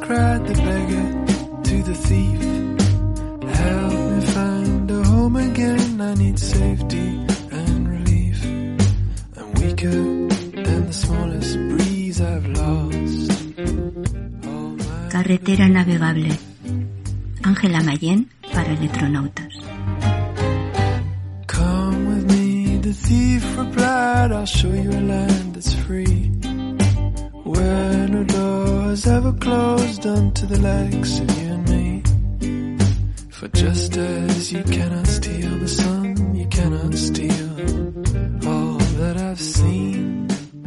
cried the beggar to the thief. Help me find a home again, I need safety and relief. I'm weaker than the smallest breeze I've lost. Carretera navegable. Ángela Mayén para Letronautas. Come with me, the thief replied, I'll show you a land that's free, where no door has ever closed unto the likes of you and me. For just as you cannot steal the sun, you cannot steal all that I've seen.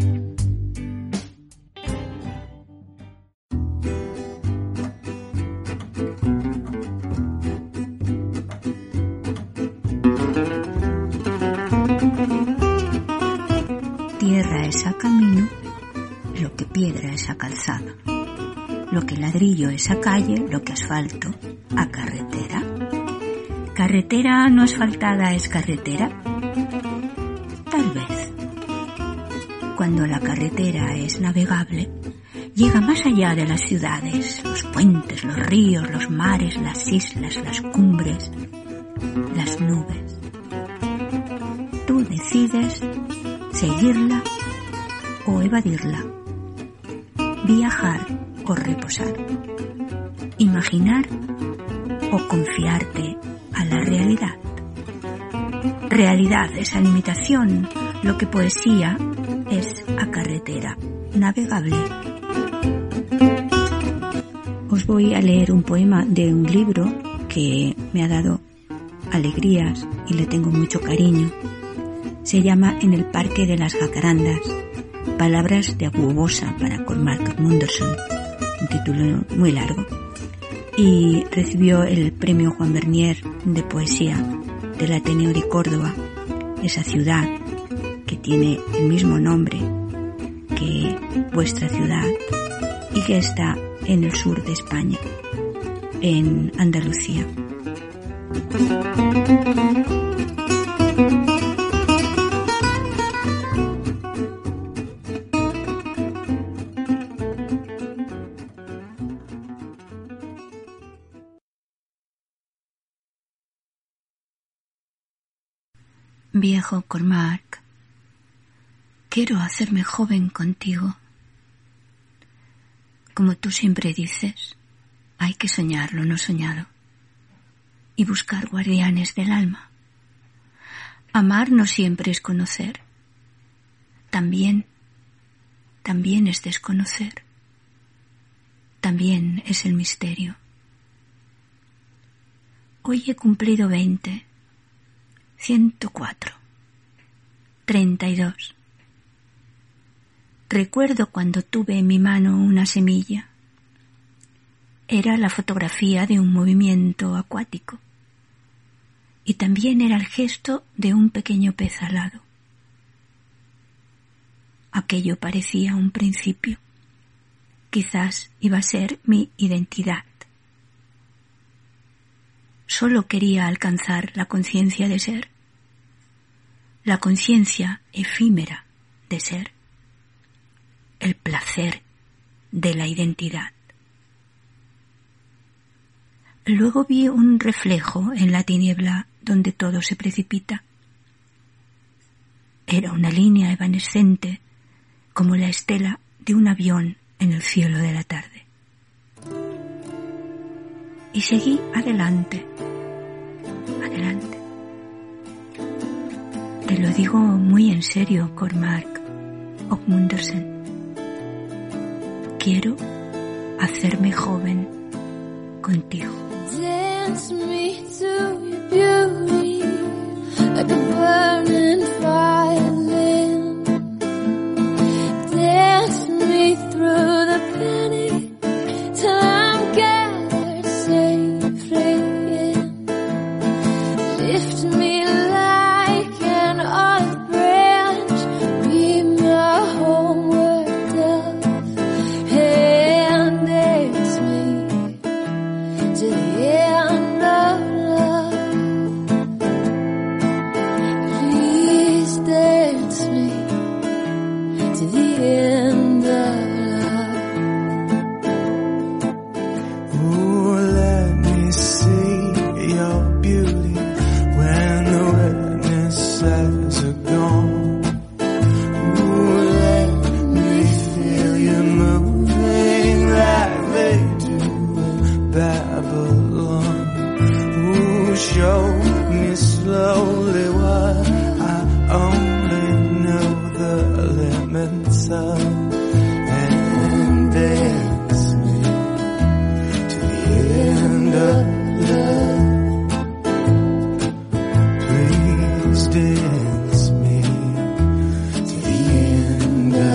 Tierra es a camino, lo que piedra es a calzada, lo que ladrillo es a calle, lo que asfalto a carretera. ¿Carretera no asfaltada es carretera? Tal vez. Cuando la carretera es navegable, llega más allá de las ciudades, los puentes, los ríos, los mares, las islas, las cumbres, las nubes. Tú decides seguirla o evadirla, viajar o reposar, imaginar o confiarte a la realidad. Realidad es a limitación, lo que poesía es a carretera navegable. Os voy a leer un poema de un libro que me ha dado alegrías y le tengo mucho cariño. Se llama En el Parque de las Jacarandas, palabras de Aguobosa para Cormac Munderson, un título muy largo, y recibió el premio Juan Bernier de poesía del Ateneo de Córdoba, esa ciudad que tiene el mismo nombre que vuestra ciudad y que está en el sur de España, en Andalucía. Viejo Cormac, quiero hacerme joven contigo. Como tú siempre dices, hay que soñar lo no soñado y buscar guardianes del alma. Amar no siempre es conocer, también es desconocer, también es el misterio. Hoy he cumplido 20, 104, 32. Recuerdo cuando tuve en mi mano una semilla. Era la fotografía de un movimiento acuático y también era el gesto de un pequeño pez alado. Aquello parecía un principio. Quizás iba a ser mi identidad. Solo quería alcanzar la conciencia de ser, la conciencia efímera de ser, el placer de la identidad. Luego vi un reflejo en la tiniebla donde todo se precipita. Era una línea evanescente, como la estela de un avión en el cielo de la tarde. Y seguí adelante, adelante. Te lo digo muy en serio, Cormac Munderson. Quiero hacerme joven contigo. Dance me to your beauty like a burning violin. Dance me through the panic till I'm gathered safely in. Lift me like an olive branch, be my homeward dove, and dance me to the end of love. thumb and dance me to the end of love. Please dance me to the end of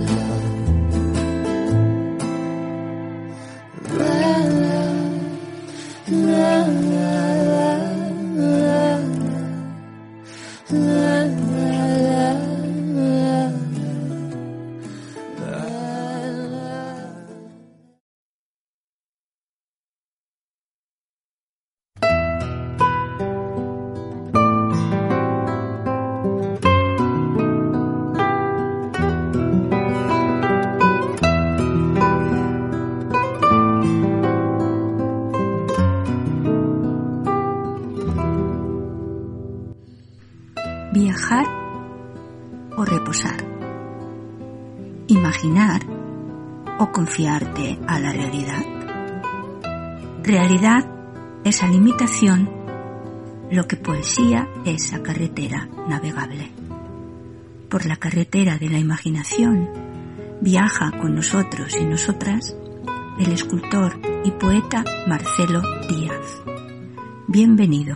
Viajar o reposar. Imaginar o confiarte a la realidad. Realidad, esa limitación, lo que poesía es esa carretera navegable. Por la carretera de la imaginación viaja con nosotros y nosotras el escultor y poeta Marcelo Díaz. Bienvenido.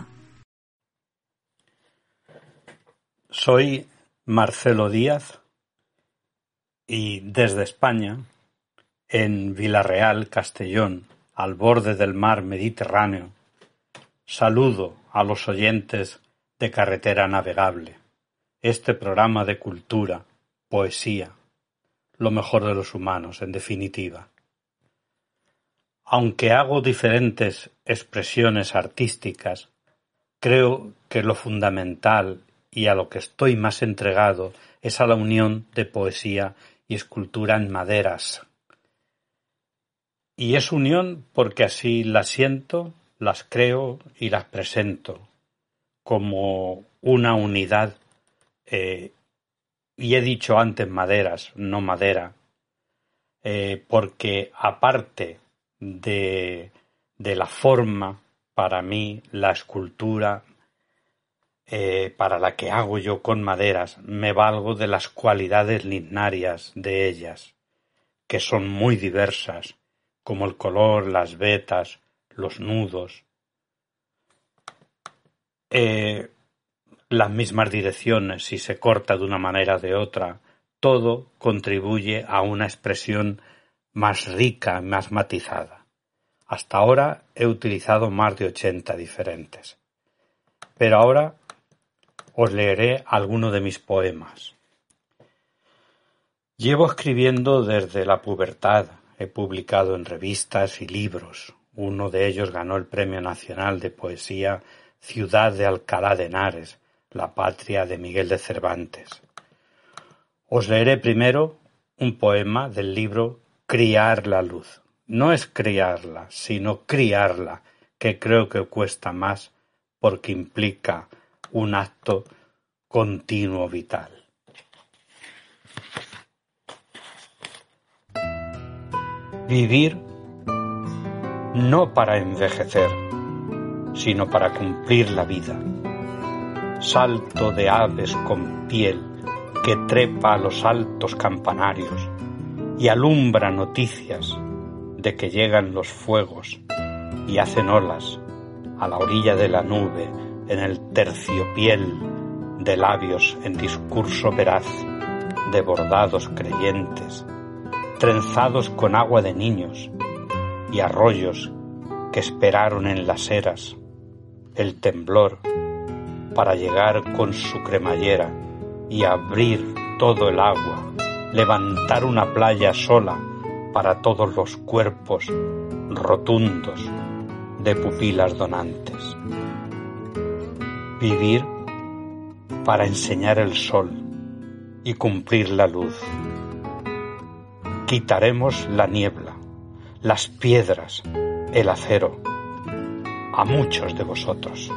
Soy Marcelo Díaz y desde España, en Vilarreal, Castellón, al borde del mar Mediterráneo, saludo a los oyentes de Carretera Navegable, este programa de cultura, poesía, lo mejor de los humanos, en definitiva. Aunque hago diferentes expresiones artísticas, creo que lo fundamental y a lo que estoy más entregado es a la unión de poesía y escultura en maderas. Y es unión porque así las siento, las creo y las presento como una unidad. Y he dicho antes maderas, no madera, porque aparte de la forma, para mí la escultura para la que hago yo con maderas, me valgo de las cualidades lignarias de ellas, que son muy diversas, como el color, las vetas, los nudos, las mismas direcciones, si se corta de una manera o de otra, todo contribuye a una expresión más rica, más matizada. Hasta ahora he utilizado más de 80 diferentes. Pero ahora os leeré alguno de mis poemas. Llevo escribiendo desde la pubertad, he publicado en revistas y libros. Uno de ellos ganó el Premio Nacional de Poesía Ciudad de Alcalá de Henares, la patria de Miguel de Cervantes. Os leeré primero un poema del libro Criar la luz. No es criarla, sino criarla, que creo que cuesta más porque implica un acto continuo vital. Vivir no para envejecer, sino para cumplir la vida. Salto de aves con piel que trepa a los altos campanarios y alumbra noticias de que llegan los fuegos y hacen olas a la orilla de la nube en el terciopiel de labios en discurso veraz, de bordados creyentes, trenzados con agua de niños y arroyos que esperaron en las eras el temblor para llegar con su cremallera y abrir todo el agua, levantar una playa sola para todos los cuerpos rotundos de pupilas donantes. Vivir para enseñar el sol y cumplir la luz. Quitaremos la niebla, las piedras, el acero, a muchos de vosotros.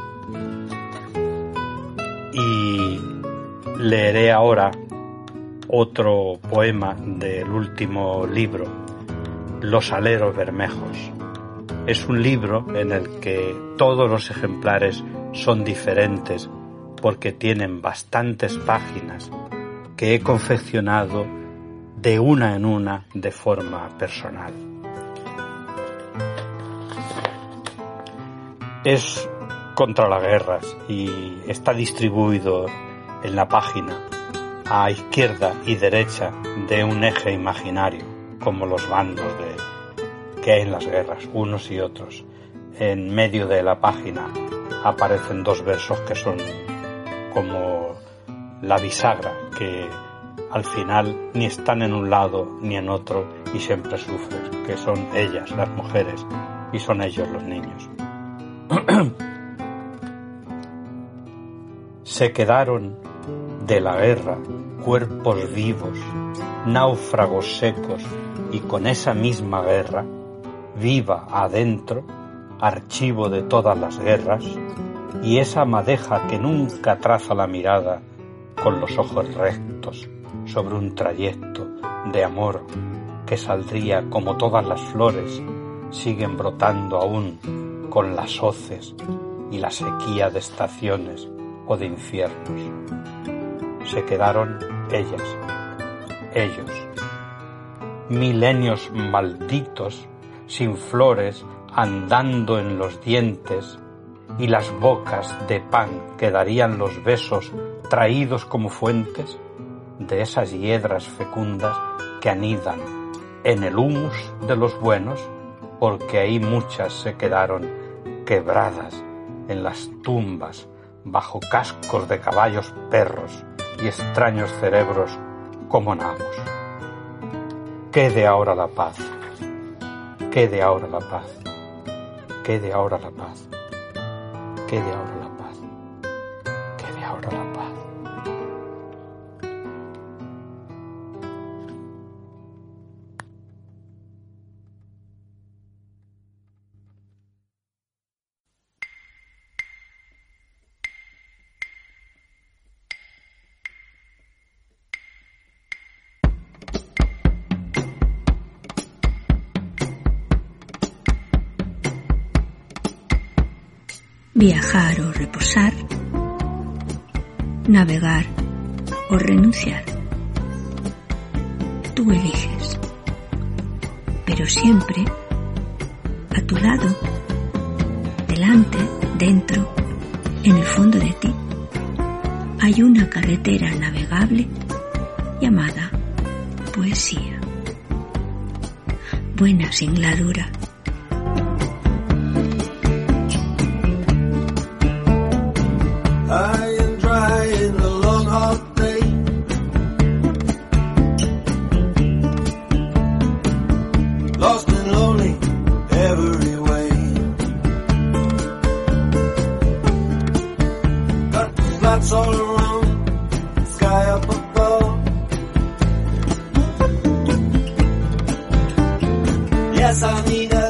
Y leeré ahora otro poema del último libro, Los aleros bermejos. Es un libro en el que todos los ejemplares son diferentes porque tienen bastantes páginas que he confeccionado de una en una de forma personal. Es contra las guerras y está distribuido en la página a izquierda y derecha de un eje imaginario, como los bandos que hay en las guerras, unos y otros. En medio de la página aparecen dos versos que son como la bisagra, que al final ni están en un lado ni en otro y siempre sufren, que son ellas, las mujeres, y son ellos, los niños. Se quedaron de la guerra cuerpos vivos, náufragos secos, y con esa misma guerra, viva adentro, archivo de todas las guerras, y esa madeja que nunca traza la mirada con los ojos rectos sobre un trayecto de amor que saldría como todas las flores, siguen brotando aún con las hoces y la sequía de estaciones o de infiernos. Se quedaron ellas, ellos, milenios malditos, sin flores, andando en los dientes, y las bocas de pan que darían los besos traídos como fuentes de esas hiedras fecundas que anidan en el humus de los buenos, porque ahí muchas se quedaron quebradas en las tumbas bajo cascos de caballos perros y extraños cerebros como nabos. Quede ahora la paz, quede ahora la paz, quede ahora la paz, quede ahora la paz, quede ahora la paz. Viajar o reposar, navegar o renunciar. Tú eliges, pero siempre a tu lado, delante, dentro, en el fondo de ti, hay una carretera navegable llamada poesía. Buena singladura. High and dry in the long hot day, lost and lonely every way. Got the flats all around, sky up above. Yes, I need a